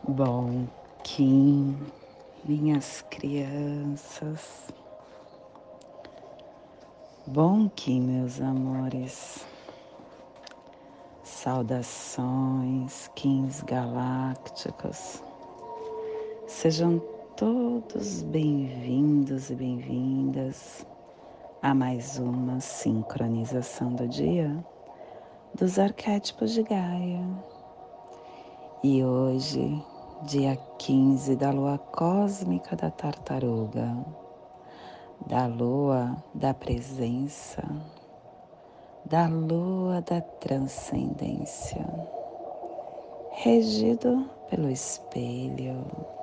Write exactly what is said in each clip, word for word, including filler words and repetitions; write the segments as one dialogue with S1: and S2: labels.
S1: Bom Kim, minhas crianças. Bom Kim, meus amores. Saudações, Kims galácticos. Sejam todos bem-vindos e bem-vindas a mais uma sincronização do dia dos arquétipos de Gaia. E hoje, dia quinze da lua cósmica da tartaruga, da lua da presença, da lua da transcendência, regido pelo espelho,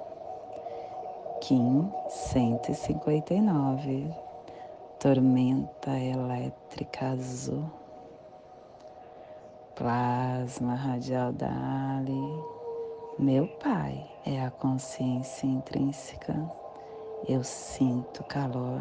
S1: Kim cento e cinquenta e nove, tormenta elétrica azul, plasma radial Dali. Meu pai é a consciência intrínseca, eu sinto calor.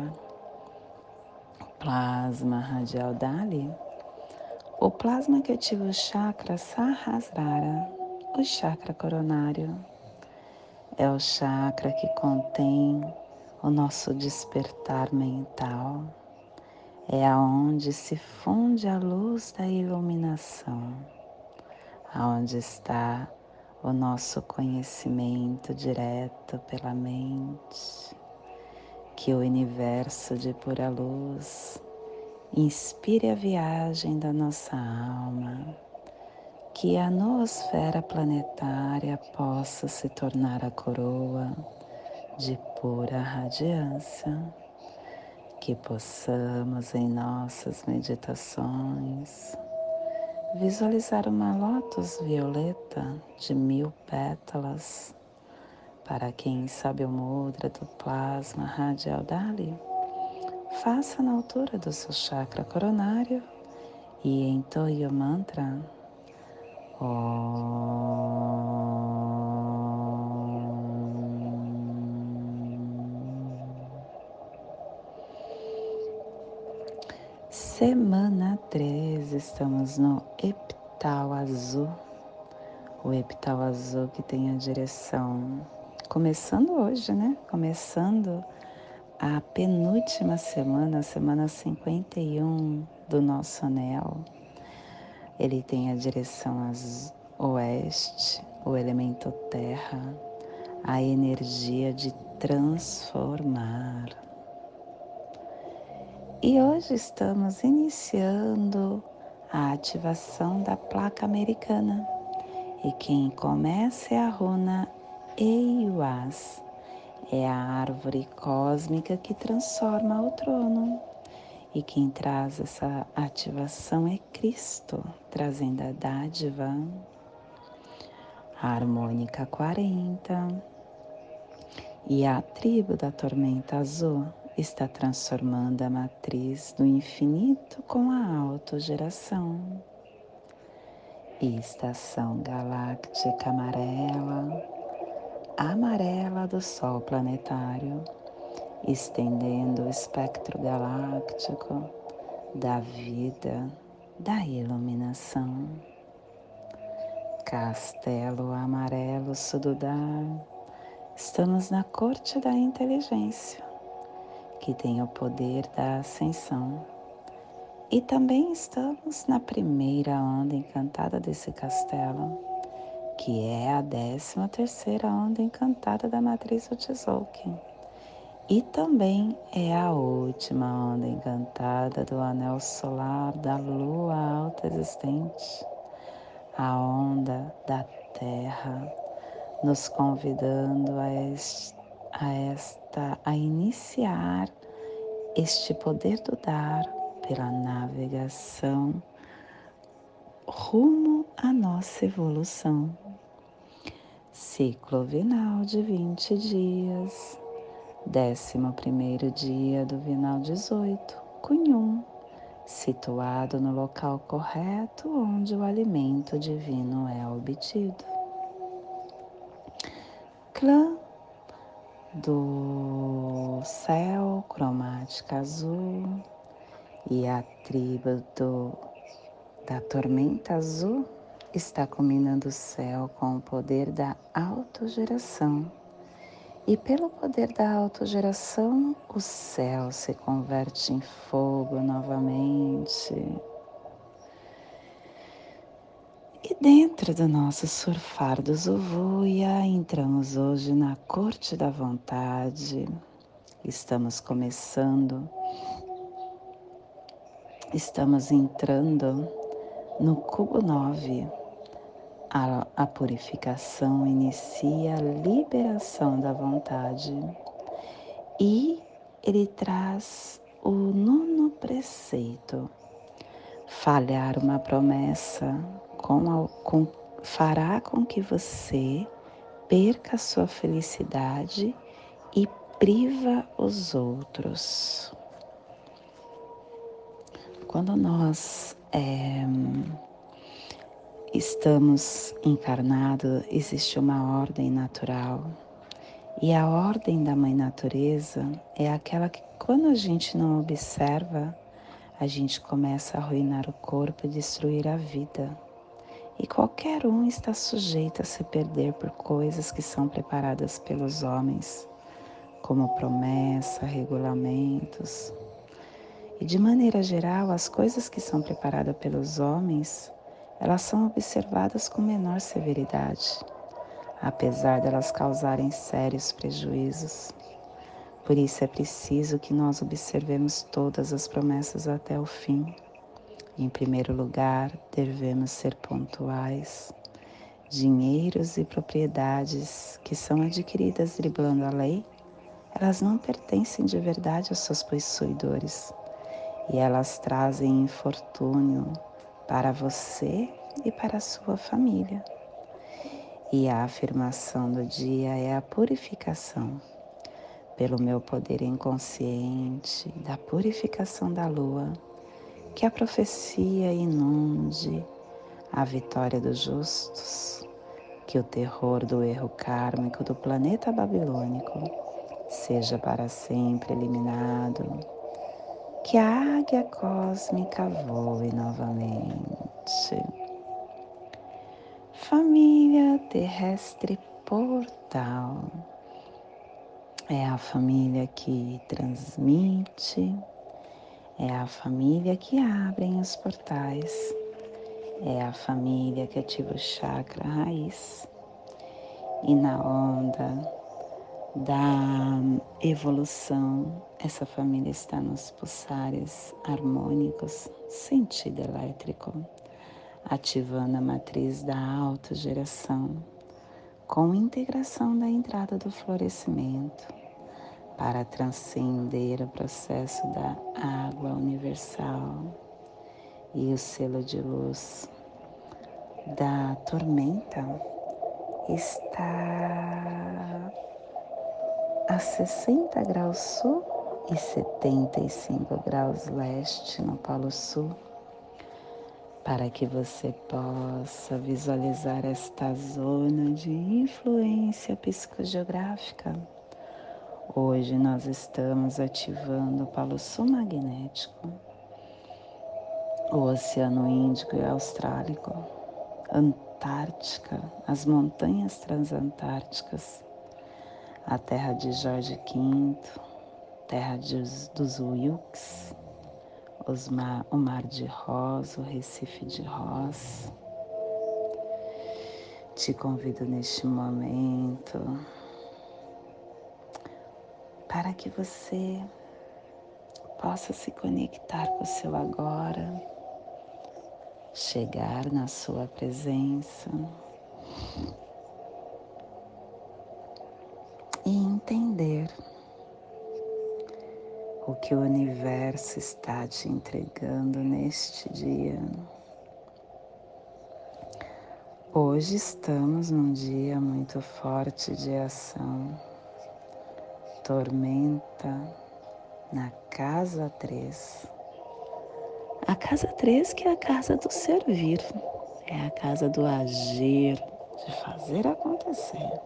S1: Plasma radial Dali, o plasma que ativa o chakra Sahasrara, o chakra coronário. É o chakra que contém o nosso despertar mental. É aonde se funde a luz da iluminação, aonde está o nosso conhecimento direto pela mente, que o universo de pura luz inspire a viagem da nossa alma, que a noosfera planetária possa se tornar a coroa de pura radiância, que possamos em nossas meditações visualizar uma lótus violeta de mil pétalas. Para quem sabe o mudra do plasma radial Dali, faça na altura do seu chakra coronário e entoie o mantra Om. Semana treze, estamos no epital azul, o epital azul que tem a direção, começando hoje, né? Começando a penúltima semana, a semana cinquenta e um do nosso anel. Ele tem a direção oeste, o elemento terra, a energia de transformar. E hoje estamos iniciando a ativação da placa americana. E quem começa é a runa Eiuas, é a árvore cósmica que transforma o trono. E quem traz essa ativação é Cristo, trazendo a dádiva, a harmônica quarenta. E a tribo da tormenta azul está transformando a matriz do infinito com a autogeração. E estação galáctica amarela, amarela do Sol planetário, estendendo o espectro galáctico da vida, da iluminação. Castelo amarelo sududar, estamos na corte da inteligência, que tem o poder da ascensão. E também estamos na primeira onda encantada desse castelo, que é a décima terceira onda encantada da matriz do Tzolk'in. E também é a última onda encantada do anel solar da lua alta existente, a onda da Terra, nos convidando a, este, a, esta, a iniciar este poder do dar pela navegação rumo à nossa evolução. Ciclo vinal de vinte dias, décimo primeiro dia do vinal dezoito, Cunhum, situado no local correto onde o alimento divino é obtido. Clã do céu, cromática azul, e a tribo do, da tormenta azul, está combinando o céu com o poder da autogeração. E pelo poder da autogeração, o céu se converte em fogo novamente. E dentro do nosso surfar do Zovuia, entramos hoje na corte da vontade. Estamos começando, estamos entrando no cubo nove. A, a purificação inicia a liberação da vontade. E ele traz o nono preceito. Falhar uma promessa com a, com, fará com que você perca a sua felicidade e priva os outros. Quando nós é, estamos encarnados, existe uma ordem natural. E a ordem da Mãe Natureza é aquela que, quando a gente não observa, a gente começa a arruinar o corpo e destruir a vida. E qualquer um está sujeito a se perder por coisas que são preparadas pelos homens, como promessa, regulamentos. E de maneira geral, as coisas que são preparadas pelos homens, elas são observadas com menor severidade, apesar de elas causarem sérios prejuízos. Por isso é preciso que nós observemos todas as promessas até o fim. Em primeiro lugar, devemos ser pontuais. Dinheiros e propriedades que são adquiridas driblando a lei, elas não pertencem de verdade aos seus possuidores. E elas trazem infortúnio para você e para a sua família. E a afirmação do dia é a purificação, pelo meu poder inconsciente, da purificação da lua, que a profecia inunde a vitória dos justos, que o terror do erro kármico do planeta babilônico seja para sempre eliminado, que a águia cósmica voe novamente. Família terrestre portal é a família que transmite, é a família que abre os portais, é a família que ativa o chakra raiz. E na onda da evolução, essa família está nos pulsares harmônicos, sentido elétrico, ativando a matriz da autogeração, com integração da entrada do florescimento, para transcender o processo da água universal e o selo de luz da tormenta está a sessenta graus sul e setenta e cinco graus leste no Polo Sul, para que você possa visualizar esta zona de influência psicogeográfica. Hoje nós estamos ativando o Polo Sul magnético, o Oceano Índico e Austrálico, Antártica, as montanhas transantárticas, a terra de Jorge Quinto, terra de, dos Wilkes, os mar, o Mar de Ross, o Recife de Ross. Te convido neste momento para que você possa se conectar com o seu agora, chegar na sua presença e entender o que o universo está te entregando neste dia. Hoje estamos num dia muito forte de ação. Tormenta na casa três. A casa três que é a casa do servir, é a casa do agir, de fazer acontecer.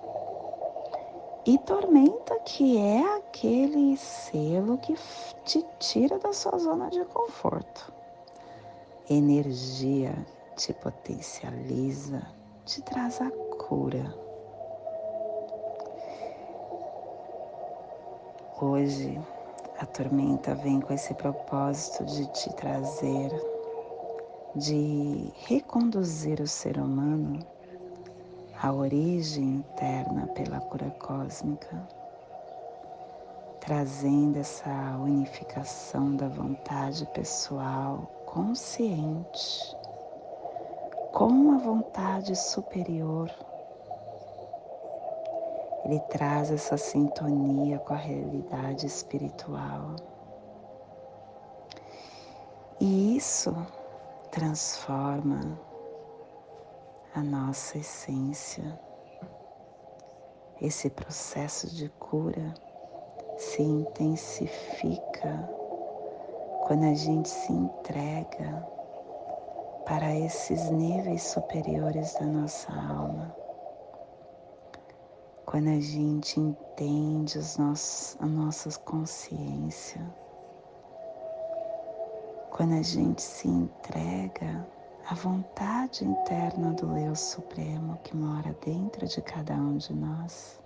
S1: E tormenta que é aquele selo que te tira da sua zona de conforto. Energia te potencializa, te traz a cura. Hoje, a tormenta vem com esse propósito de te trazer, de reconduzir o ser humano à origem interna pela cura cósmica, trazendo essa unificação da vontade pessoal consciente com a vontade superior. Ele traz essa sintonia com a realidade espiritual. E isso transforma a nossa essência. Esse processo de cura se intensifica quando a gente se entrega para esses níveis superiores da nossa alma. Quando a gente entende os nossos, a nossa consciência, quando a gente se entrega à vontade interna do Eu Supremo que mora dentro de cada um de nós,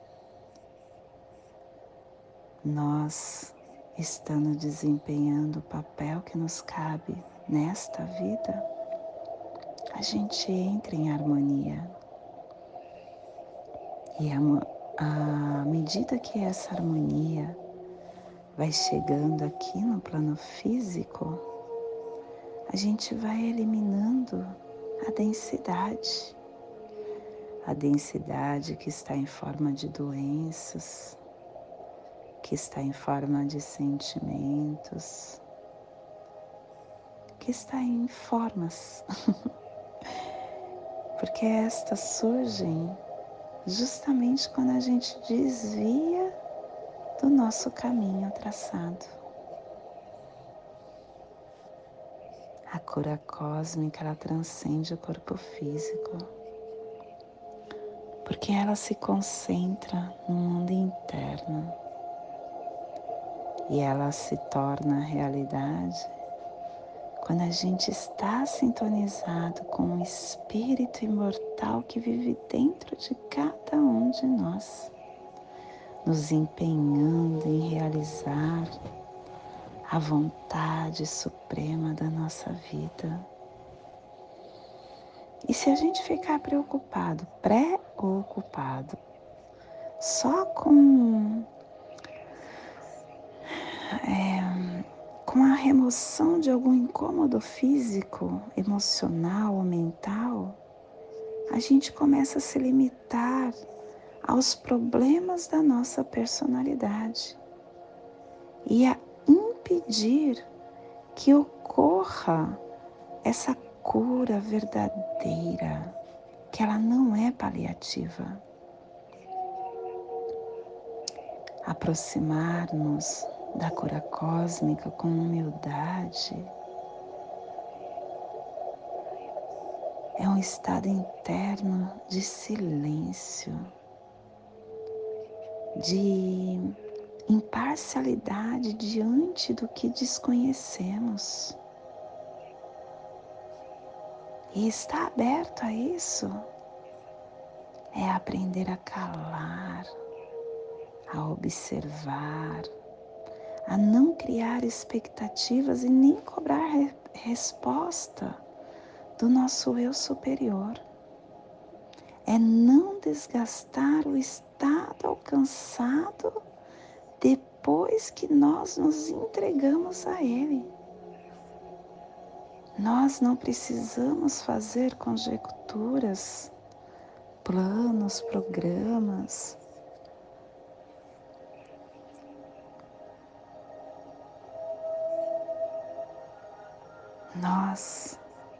S1: nós, estando desempenhando o papel que nos cabe nesta vida, a gente entra em harmonia. E à medida que essa harmonia vai chegando aqui no plano físico, a gente vai eliminando a densidade. A densidade que está em forma de doenças, que está em forma de sentimentos, que está em formas. Porque estas surgem justamente quando a gente desvia do nosso caminho traçado. A cura cósmica, ela transcende o corpo físico, porque ela se concentra no mundo interno e ela se torna realidade quando a gente está sintonizado com o espírito imortal que vive dentro de cada um de nós, nos empenhando em realizar a vontade suprema da nossa vida. E se a gente ficar preocupado, preocupado, só com, é, com a remoção de algum incômodo físico, emocional ou mental, a gente começa a se limitar aos problemas da nossa personalidade e a impedir que ocorra essa cura verdadeira, que ela não é paliativa. Aproximar-nos da cura cósmica com humildade é um estado interno de silêncio, de imparcialidade diante do que desconhecemos. E estar aberto a isso é aprender a calar, a observar, a não criar expectativas e nem cobrar re- resposta do nosso eu superior. É não desgastar o estado alcançado depois que nós nos entregamos a Ele. Nós não precisamos fazer conjecturas, planos, programas. Nós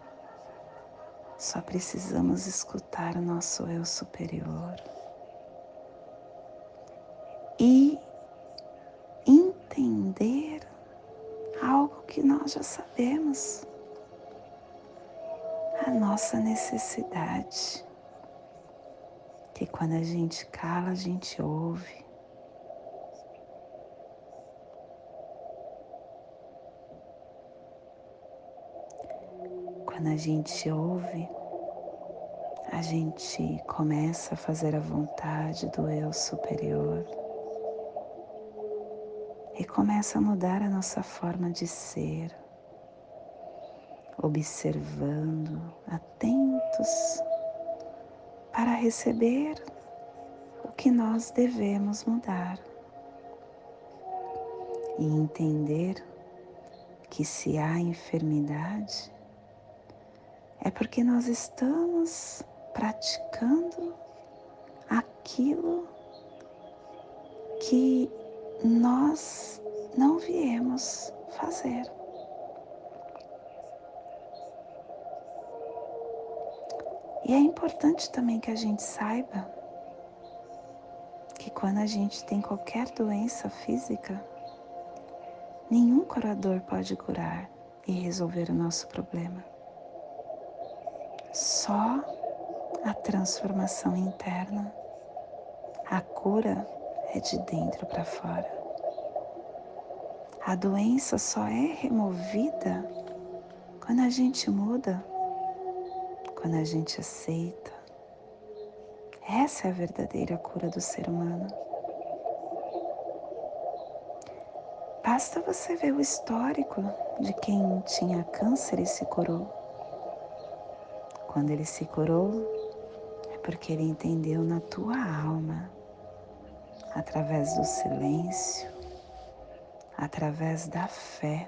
S1: só precisamos escutar o nosso eu superior e entender algo que nós já sabemos, a nossa necessidade, que quando a gente cala, a gente ouve. Quando a gente ouve, a gente começa a fazer a vontade do eu superior e começa a mudar a nossa forma de ser, observando, atentos para receber o que nós devemos mudar e entender que se há enfermidade é porque nós estamos praticando aquilo que nós não viemos fazer. E é importante também que a gente saiba que quando a gente tem qualquer doença física, nenhum curador pode curar e resolver o nosso problema. Só a transformação interna. A cura é de dentro para fora. A doença só é removida quando a gente muda, quando a gente aceita. Essa é a verdadeira cura do ser humano. Basta você ver o histórico de quem tinha câncer e se curou. Quando ele se curou, é porque ele entendeu na tua alma, através do silêncio, através da fé,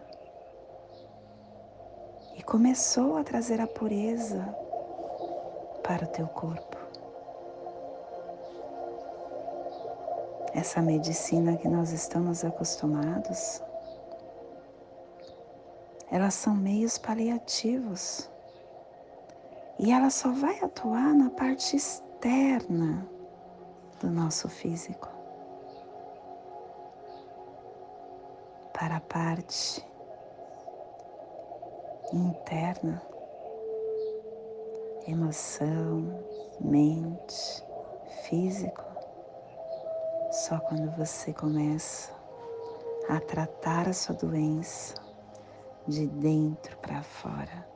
S1: e começou a trazer a pureza para o teu corpo. Essa medicina que nós estamos acostumados, elas são meios paliativos e ela só vai atuar na parte externa do nosso físico. Para a parte interna, emoção, mente, físico, só quando você começa a tratar a sua doença de dentro para fora.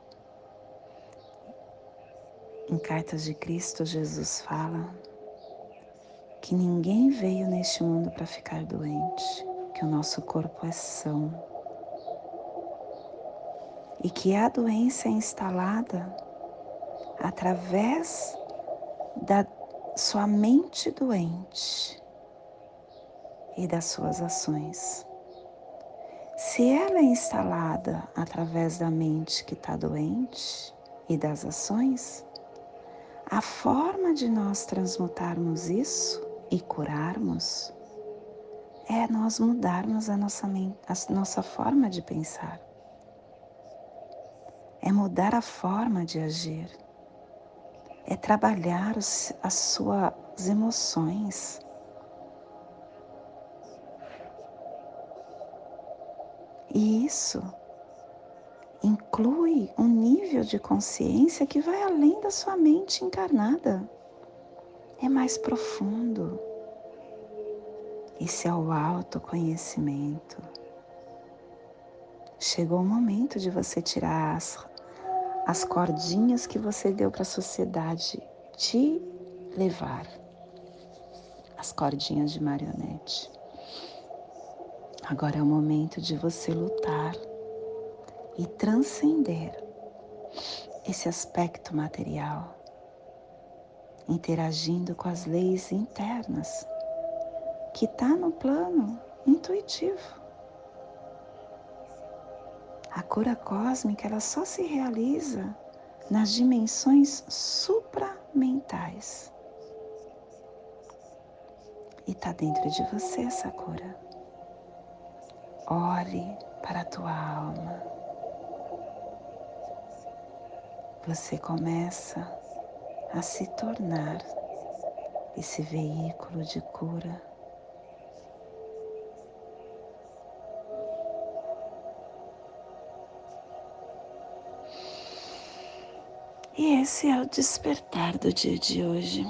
S1: Em Cartas de Cristo, Jesus fala que ninguém veio neste mundo para ficar doente, que o nosso corpo é são e que a doença é instalada através da sua mente doente e das suas ações. Se ela é instalada através da mente que está doente e das ações, a forma de nós transmutarmos isso e curarmos é nós mudarmos a nossa, mente, a nossa forma de pensar. É mudar a forma de agir. É trabalhar os, as suas emoções. E isso inclui um nível de consciência que vai além da sua mente encarnada. É mais profundo. Isso é o autoconhecimento. Chegou o momento de você tirar as, as cordinhas que você deu para a sociedade te levar. As cordinhas de marionete. Agora é o momento de você lutar e transcender esse aspecto material, interagindo com as leis internas, que está no plano intuitivo. A cura cósmica, ela só se realiza nas dimensões supramentais. E está dentro de você essa cura. Olhe para a tua alma. Você começa a se tornar esse veículo de cura. E esse é o despertar do dia de hoje.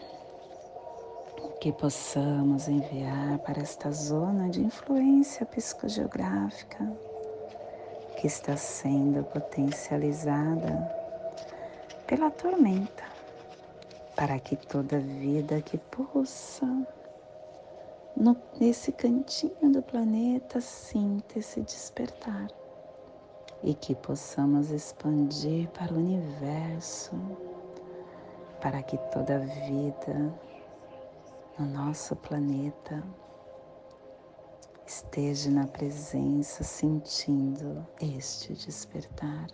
S1: Que possamos enviar para esta zona de influência psicogeográfica que está sendo potencializada pela tormenta, para que toda vida que pulsa no, nesse cantinho do planeta sinta esse despertar e que possamos expandir para o universo, para que toda vida no nosso planeta esteja na presença, sentindo este despertar.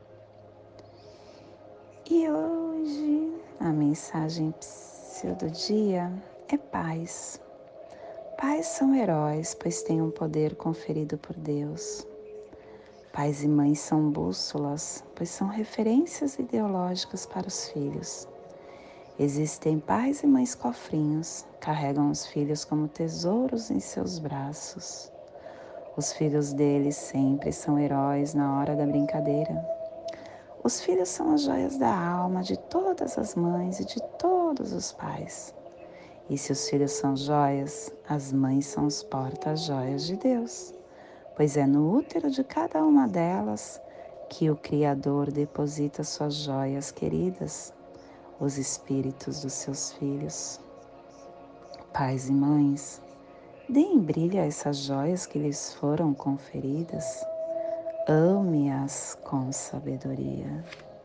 S1: E hoje a mensagem do dia é paz. Pais são heróis, pois têm um poder conferido por Deus. Pais e mães são bússolas, pois são referências ideológicas para os filhos. Existem pais e mães cofrinhos, carregam os filhos como tesouros em seus braços. Os filhos deles sempre são heróis na hora da brincadeira. Os filhos são as joias da alma de todas as mães e de todos os pais. E se os filhos são joias, as mães são os porta-joias de Deus, pois é no útero de cada uma delas que o Criador deposita suas joias queridas, os espíritos dos seus filhos. Pais e mães, deem brilho a essas joias que lhes foram conferidas. Ame-as com sabedoria.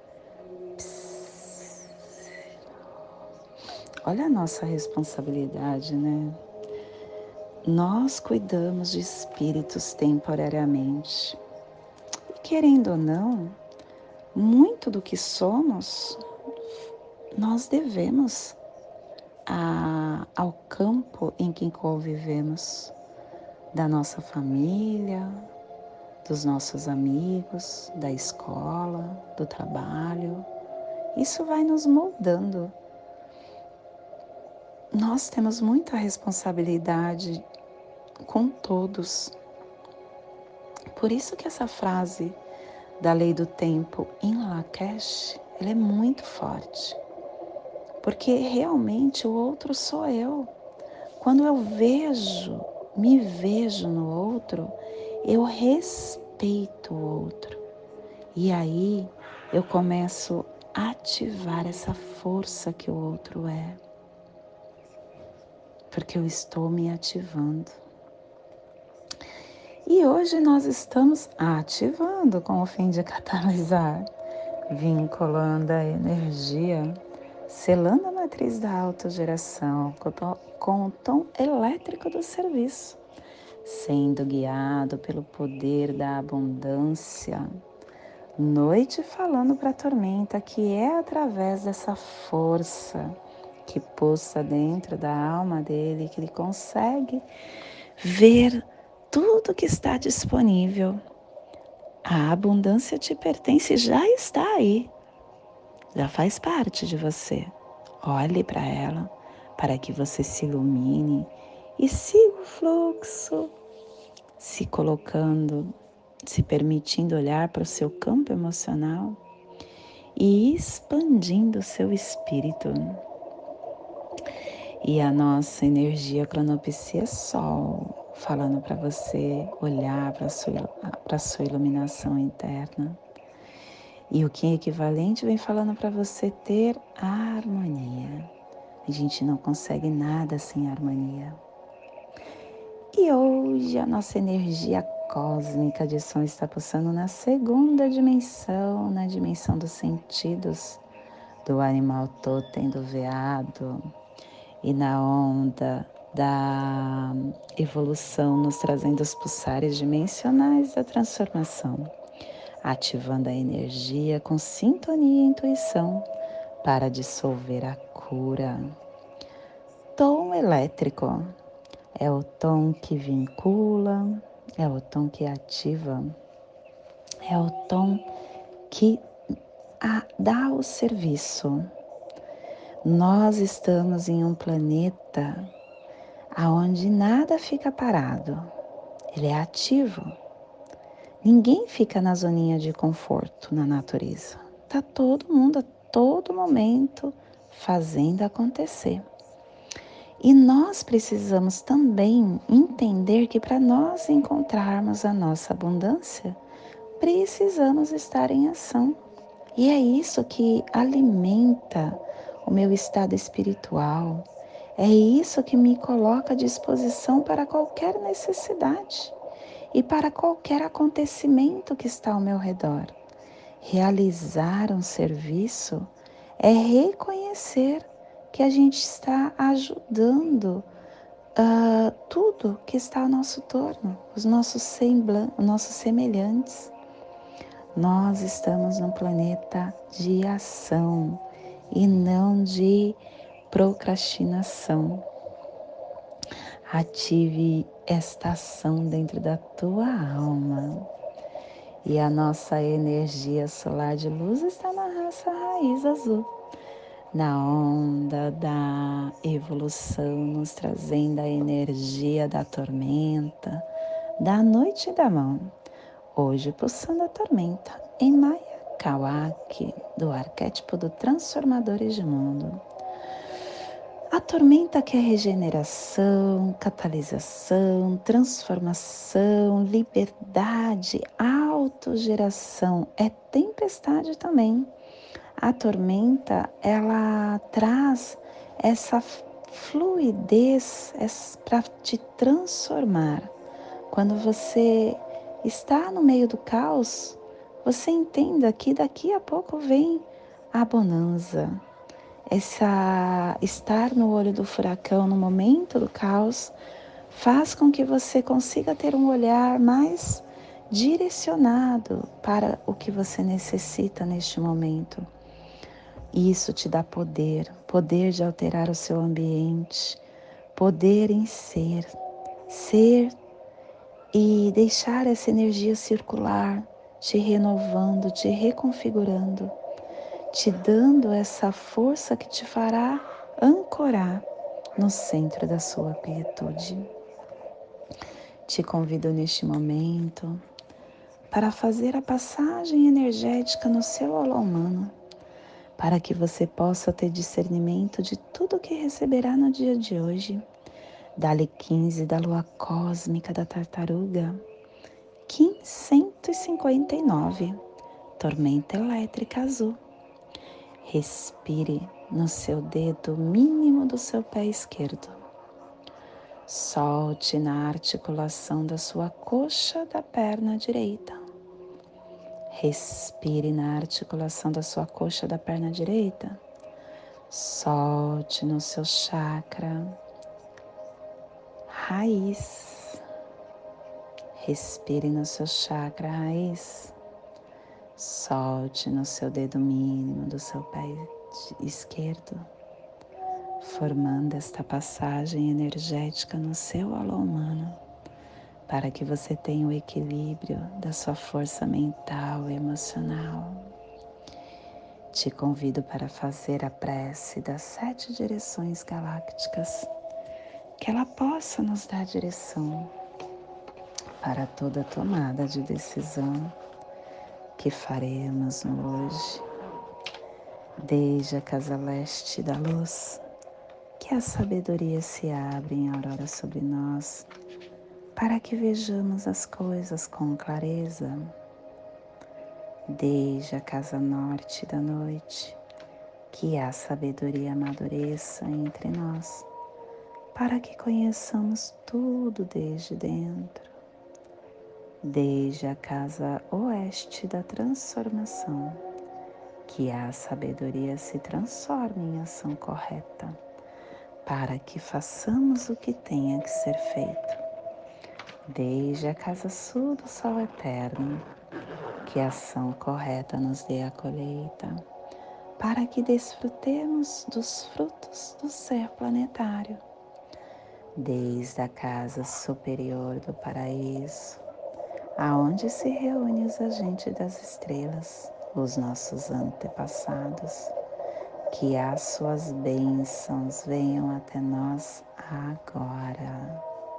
S1: Psss. Olha a nossa responsabilidade, né? Nós cuidamos de espíritos temporariamente. E querendo ou não, muito do que somos, nós devemos a, ao campo em que convivemos, da nossa família, dos nossos amigos, da escola, do trabalho. Isso vai nos moldando. Nós temos muita responsabilidade com todos. Por isso que essa frase da lei do tempo em Lakesh, ela é muito forte. Porque realmente o outro sou eu. Quando eu vejo, me vejo no outro, eu respeito o outro. E aí eu começo a ativar essa força que o outro é. Porque eu estou me ativando. E hoje nós estamos ativando com o fim de catalisar, vinculando a energia, selando a matriz da autogeração com o tom elétrico do serviço, sendo guiado pelo poder da abundância. Noite falando para a tormenta que é através dessa força que pulsa dentro da alma dele que ele consegue ver tudo que está disponível. A abundância te pertence, já está aí, já faz parte de você. Olhe para ela, para que você se ilumine e siga o fluxo, se colocando, se permitindo olhar para o seu campo emocional e expandindo o seu espírito. E a nossa energia cronopsia Sol, falando para você olhar para a sua, para a sua iluminação interna. E o que é equivalente vem falando para você ter a harmonia. A gente não consegue nada sem harmonia. E hoje a nossa energia cósmica de som está pulsando na segunda dimensão, na dimensão dos sentidos, do animal totem, do veado, e na onda da evolução, nos trazendo os pulsares dimensionais da transformação, ativando a energia com sintonia e intuição para dissolver a cura. Tom elétrico é o tom que vincula, é o tom que ativa, é o tom que dá o serviço. Nós estamos em um planeta onde nada fica parado, ele é ativo. Ninguém fica na zoninha de conforto na natureza. Está todo mundo a todo momento fazendo acontecer. E nós precisamos também entender que para nós encontrarmos a nossa abundância, precisamos estar em ação. E é isso que alimenta o meu estado espiritual. É isso que me coloca à disposição para qualquer necessidade e para qualquer acontecimento que está ao meu redor. Realizar um serviço é reconhecer que a gente está ajudando uh, tudo que está ao nosso torno, os nossos, semblan- os nossos semelhantes. Nós estamos num planeta de ação e não de procrastinação. Ative esta ação dentro da tua alma. E a nossa energia solar de luz está na raça raiz azul, na onda da evolução, nos trazendo a energia da tormenta, da noite e da mão. Hoje pulsando a tormenta em Maya Kawaki, do arquétipo do Transformadores de Mundo. A tormenta que é regeneração, catalisação, transformação, liberdade, autogeração, é tempestade também. A tormenta, ela traz essa fluidez para te transformar. Quando você está no meio do caos, você entenda que daqui a pouco vem a bonança. Essa estar no olho do furacão no momento do caos faz com que você consiga ter um olhar mais direcionado para o que você necessita neste momento. Isso te dá poder, poder de alterar o seu ambiente, poder em ser, ser e deixar essa energia circular, te renovando, te reconfigurando, te dando essa força que te fará ancorar no centro da sua quietude. Te convido neste momento para fazer a passagem energética no seu alô humano, para que você possa ter discernimento de tudo que receberá no dia de hoje. Dali quinze da lua cósmica da tartaruga, Kim cento e cinquenta e nove, tormenta elétrica azul. Respire no seu dedo mínimo do seu pé esquerdo. Solte na articulação da sua coxa da perna direita. Respire na articulação da sua coxa da perna direita. Solte no seu chakra raiz. Respire no seu chakra raiz. Solte no seu dedo mínimo do seu pé esquerdo, formando esta passagem energética no seu alô humano, para que você tenha o equilíbrio da sua força mental e emocional. Te convido para fazer a prece das sete direções galácticas, que ela possa nos dar direção para toda tomada de decisão que faremos no hoje. Desde a casa leste da luz, que a sabedoria se abre em aurora sobre nós, para que vejamos as coisas com clareza. Desde a casa norte da noite, que a sabedoria amadureça entre nós, para que conheçamos tudo desde dentro. Desde a casa oeste da transformação, que a sabedoria se transforme em ação correta, para que façamos o que tenha que ser feito. Desde a casa sul do sol eterno, que a ação correta nos dê a colheita, para que desfrutemos dos frutos do ser planetário. Desde a casa superior do paraíso, aonde se reúnem os agentes das estrelas, os nossos antepassados, que as suas bênçãos venham até nós agora.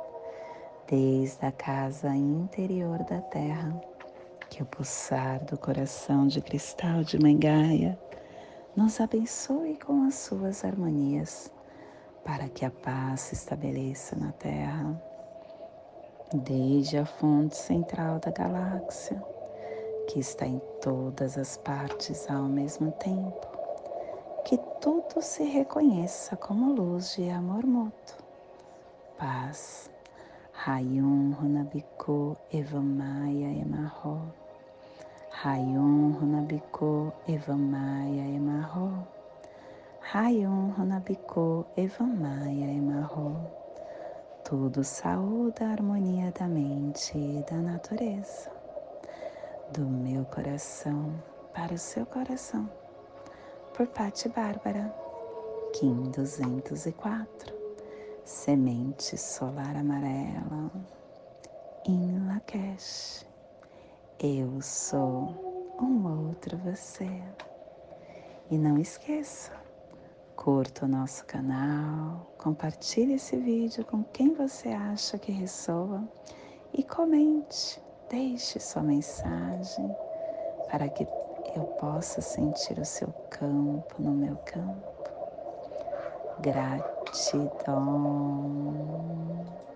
S1: Desde a casa interior da terra, que o pulsar do coração de cristal de Mãe Gaia nos abençoe com as suas harmonias, para que a paz se estabeleça na terra. Desde a fonte central da galáxia, que está em todas as partes ao mesmo tempo, que tudo se reconheça como luz de amor mútuo, paz. Rayon Runabiko Evamaya Emarro. Rayon Runabiko Evamaya Emarro. Rayon Runabiko Evamaya Emarro. Tudo saúda a harmonia da mente e da natureza. Do meu coração para o seu coração. Por Patti Bárbara. Kim duzentos e quatro. Semente solar amarela. Em Lakesh. Eu sou um outro você. E não esqueça, curta o nosso canal, compartilhe esse vídeo com quem você acha que ressoa e comente, deixe sua mensagem para que eu possa sentir o seu campo no meu campo. Gratidão.